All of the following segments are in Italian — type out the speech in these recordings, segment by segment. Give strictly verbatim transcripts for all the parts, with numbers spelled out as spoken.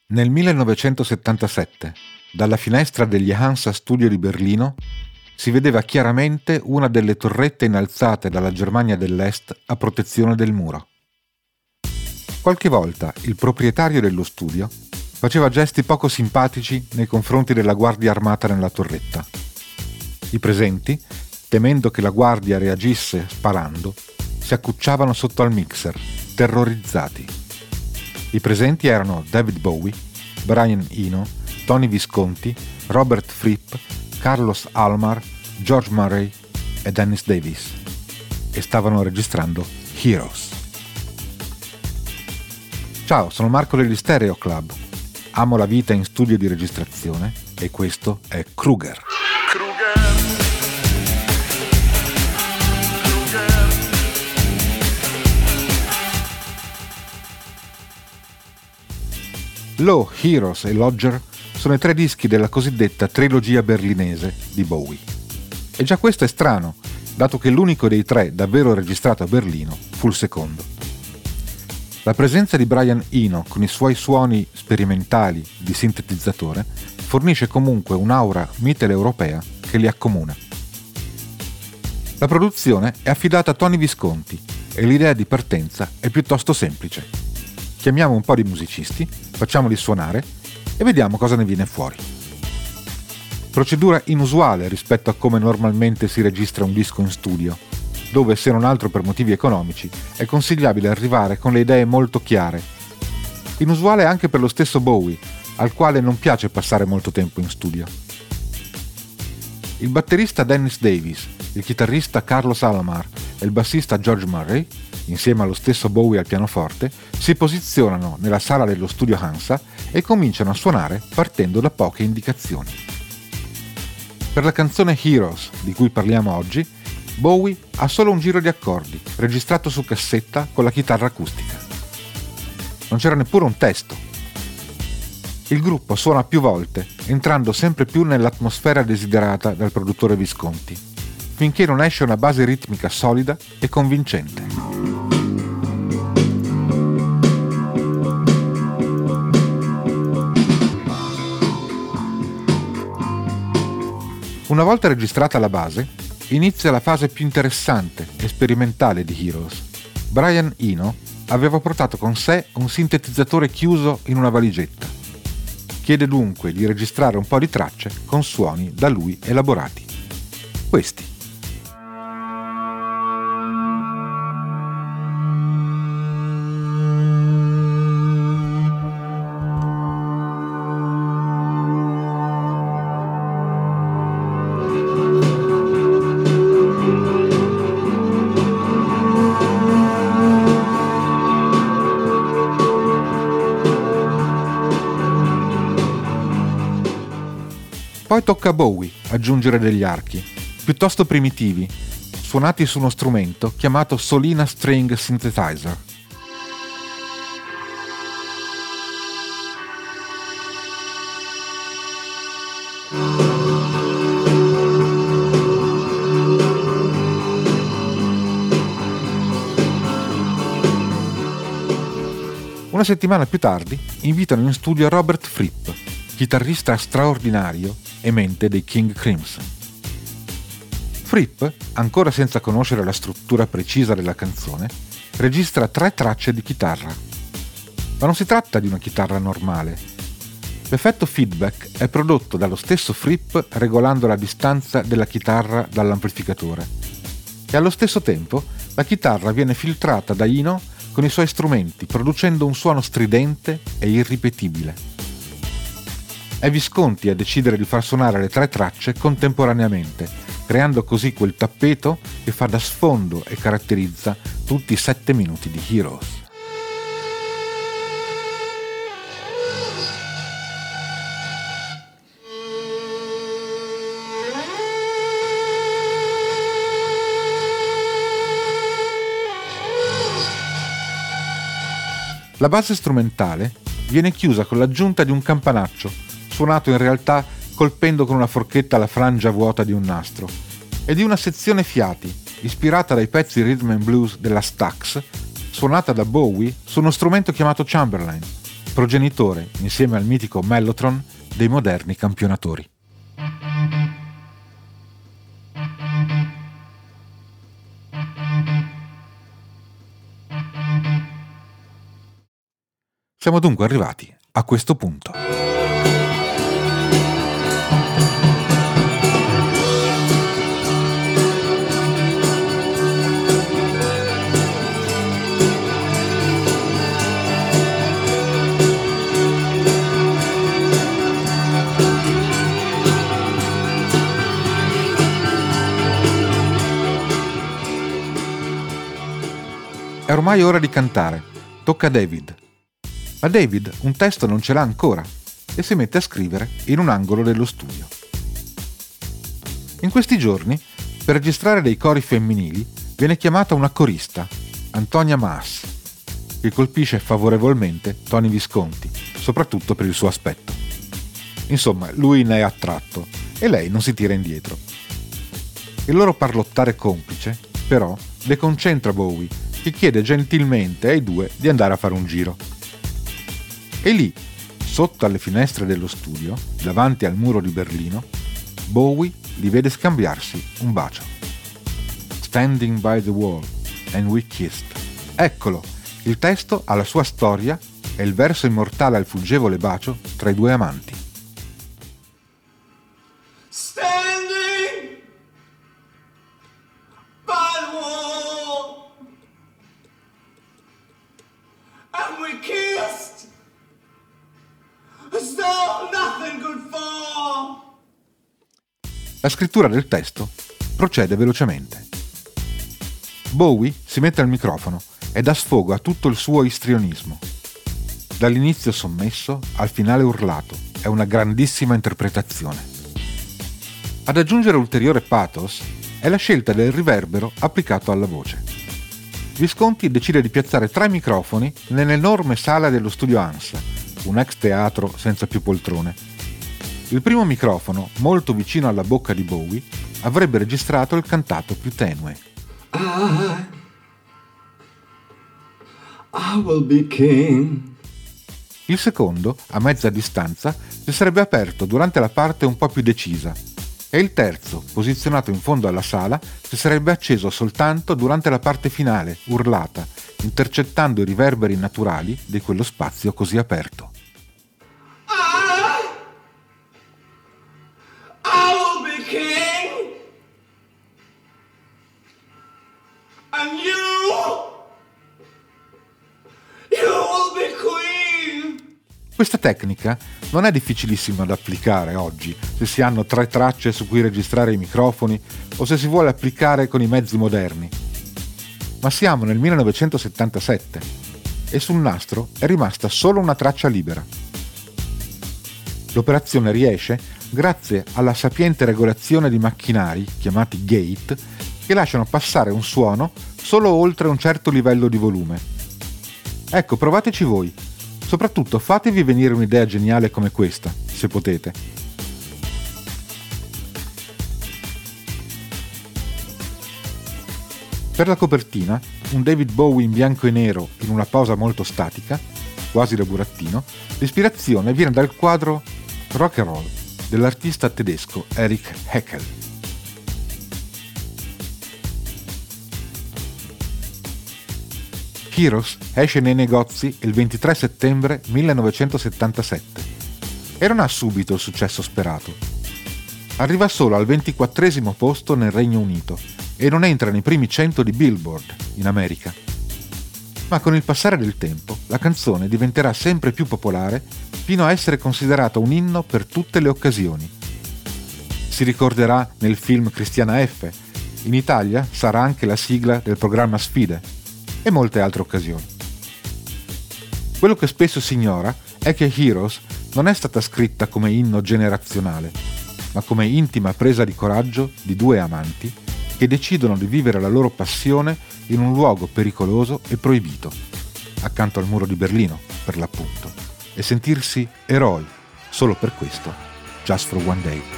Nel millenovecentosettantasette, dalla finestra degli Hansa Studio di Berlino, si vedeva chiaramente una delle torrette innalzate dalla Germania dell'Est a protezione del muro. Qualche volta il proprietario dello studio faceva gesti poco simpatici nei confronti della guardia armata nella torretta. I presenti, temendo che la guardia reagisse sparando, si accucciavano sotto al mixer, terrorizzati. I presenti erano David Bowie, Brian Eno, Tony Visconti, Robert Fripp, Carlos Alomar, George Murray e Dennis Davis, e stavano registrando Heroes. Ciao, sono Marco degli Stereo Club. Amo la vita in studio di registrazione e questo è Kruger. Low, Heroes e Lodger sono i tre dischi della cosiddetta trilogia berlinese di Bowie. E già questo è strano, dato che l'unico dei tre davvero registrato a Berlino fu il secondo. La presenza di Brian Eno con i suoi suoni sperimentali di sintetizzatore fornisce comunque un'aura mitteleuropea che li accomuna. La produzione è affidata a Tony Visconti e l'idea di partenza è piuttosto semplice. Chiamiamo un po' di musicisti, facciamoli suonare e vediamo cosa ne viene fuori. Procedura inusuale rispetto a come normalmente si registra un disco in studio, dove se non altro per motivi economici è consigliabile arrivare con le idee molto chiare. Inusuale anche per lo stesso Bowie, al quale non piace passare molto tempo in studio. Il batterista Dennis Davis, il chitarrista Carlos Alomar e il bassista George Murray, insieme allo stesso Bowie al pianoforte, si posizionano nella sala dello studio Hansa e cominciano a suonare partendo da poche indicazioni. Per la canzone Heroes, di cui parliamo oggi, Bowie ha solo un giro di accordi, registrato su cassetta con la chitarra acustica. Non c'era neppure un testo. Il gruppo suona più volte, entrando sempre più nell'atmosfera desiderata dal produttore Visconti, finché non esce una base ritmica solida e convincente. Una volta registrata la base, inizia la fase più interessante e sperimentale di Heroes. Brian Eno aveva portato con sé un sintetizzatore chiuso in una valigetta. Chiede dunque di registrare un po' di tracce con suoni da lui elaborati. Questi. Poi tocca a Bowie aggiungere degli archi, piuttosto primitivi, suonati su uno strumento chiamato Solina String Synthesizer. Una settimana più tardi invitano in studio Robert Fripp, chitarrista straordinario e mente dei King Crimson. Fripp, ancora senza conoscere la struttura precisa della canzone, registra tre tracce di chitarra. Ma non si tratta di una chitarra normale. L'effetto feedback è prodotto dallo stesso Fripp regolando la distanza della chitarra dall'amplificatore. E allo stesso tempo la chitarra viene filtrata da Eno con i suoi strumenti, producendo un suono stridente e irripetibile. È Visconti a decidere di far suonare le tre tracce contemporaneamente, creando così quel tappeto che fa da sfondo e caratterizza tutti i sette minuti di Heroes. La base strumentale viene chiusa con l'aggiunta di un campanaccio, suonato in realtà colpendo con una forchetta la frangia vuota di un nastro, e di una sezione fiati, ispirata dai pezzi rhythm and blues della Stax, suonata da Bowie su uno strumento chiamato Chamberlain, progenitore, insieme al mitico Mellotron, dei moderni campionatori. Siamo dunque arrivati a questo punto. È ormai ora di cantare. Tocca a David. Ma David un testo non ce l'ha ancora e si mette a scrivere in un angolo dello studio. In questi giorni, per registrare dei cori femminili, viene chiamata una corista, Antonia Maas, che colpisce favorevolmente Tony Visconti, soprattutto per il suo aspetto. Insomma, lui ne è attratto e lei non si tira indietro. Il loro parlottare complice, però, deconcentra Bowie, che chiede gentilmente ai due di andare a fare un giro. E lì, sotto alle finestre dello studio, davanti al muro di Berlino, Bowie li vede scambiarsi un bacio. Standing by the wall, and we kissed. Eccolo, il testo ha la sua storia e il verso immortale al fuggevole bacio tra i due amanti. Standing by the wall, and we kissed as though nothing could fall. La scrittura del testo procede velocemente. Bowie si mette al microfono e dà sfogo a tutto il suo istrionismo. Dall'inizio sommesso al finale urlato, è una grandissima interpretazione. Ad aggiungere ulteriore pathos è la scelta del riverbero applicato alla voce. Visconti decide di piazzare tre microfoni nell'enorme sala dello studio ANSA, un ex teatro senza più poltrone. Il primo microfono, molto vicino alla bocca di Bowie, avrebbe registrato il cantato più tenue. I, I will be king. Il secondo, a mezza distanza, si sarebbe aperto durante la parte un po' più decisa, e il terzo, posizionato in fondo alla sala, si sarebbe acceso soltanto durante la parte finale, urlata, intercettando i riverberi naturali di quello spazio così aperto. I, I will be king. And you, you will be queen. Questa tecnica non è difficilissima da applicare oggi, se si hanno tre tracce su cui registrare i microfoni o se si vuole applicare con i mezzi moderni. Ma siamo nel millenovecentosettantasette e sul nastro è rimasta solo una traccia libera. L'operazione riesce grazie alla sapiente regolazione di macchinari, chiamati gate, che lasciano passare un suono solo oltre un certo livello di volume. Ecco, provateci voi. Soprattutto fatevi venire un'idea geniale come questa, se potete. Per la copertina, un David Bowie in bianco e nero in una posa molto statica, quasi da burattino, l'ispirazione viene dal quadro Rock and Roll dell'artista tedesco Erich Heckel. Heroes esce nei negozi il ventitré settembre millenovecentosettantasette e non ha subito il successo sperato. Arriva solo al ventiquattresimo posto nel Regno Unito e non entra nei primi cento di Billboard in America. Ma con il passare del tempo la canzone diventerà sempre più popolare fino a essere considerata un inno per tutte le occasioni. Si ricorderà nel film Cristiana F, in Italia sarà anche la sigla del programma Sfide e molte altre occasioni. Quello che spesso si ignora è che Heroes non è stata scritta come inno generazionale, ma come intima presa di coraggio di due amanti che decidono di vivere la loro passione in un luogo pericoloso e proibito, accanto al muro di Berlino, per l'appunto, e sentirsi eroi solo per questo, just for one day.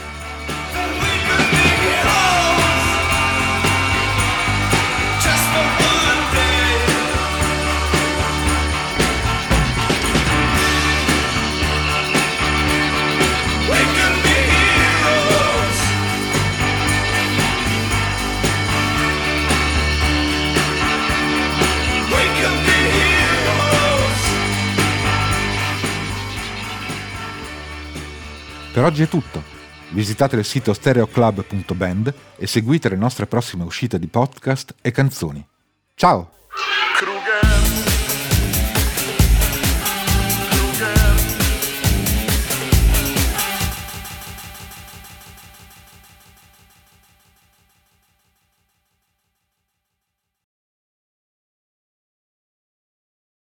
Per oggi è tutto. Visitate il sito stereoclub punto band e seguite le nostre prossime uscite di podcast e canzoni. Ciao!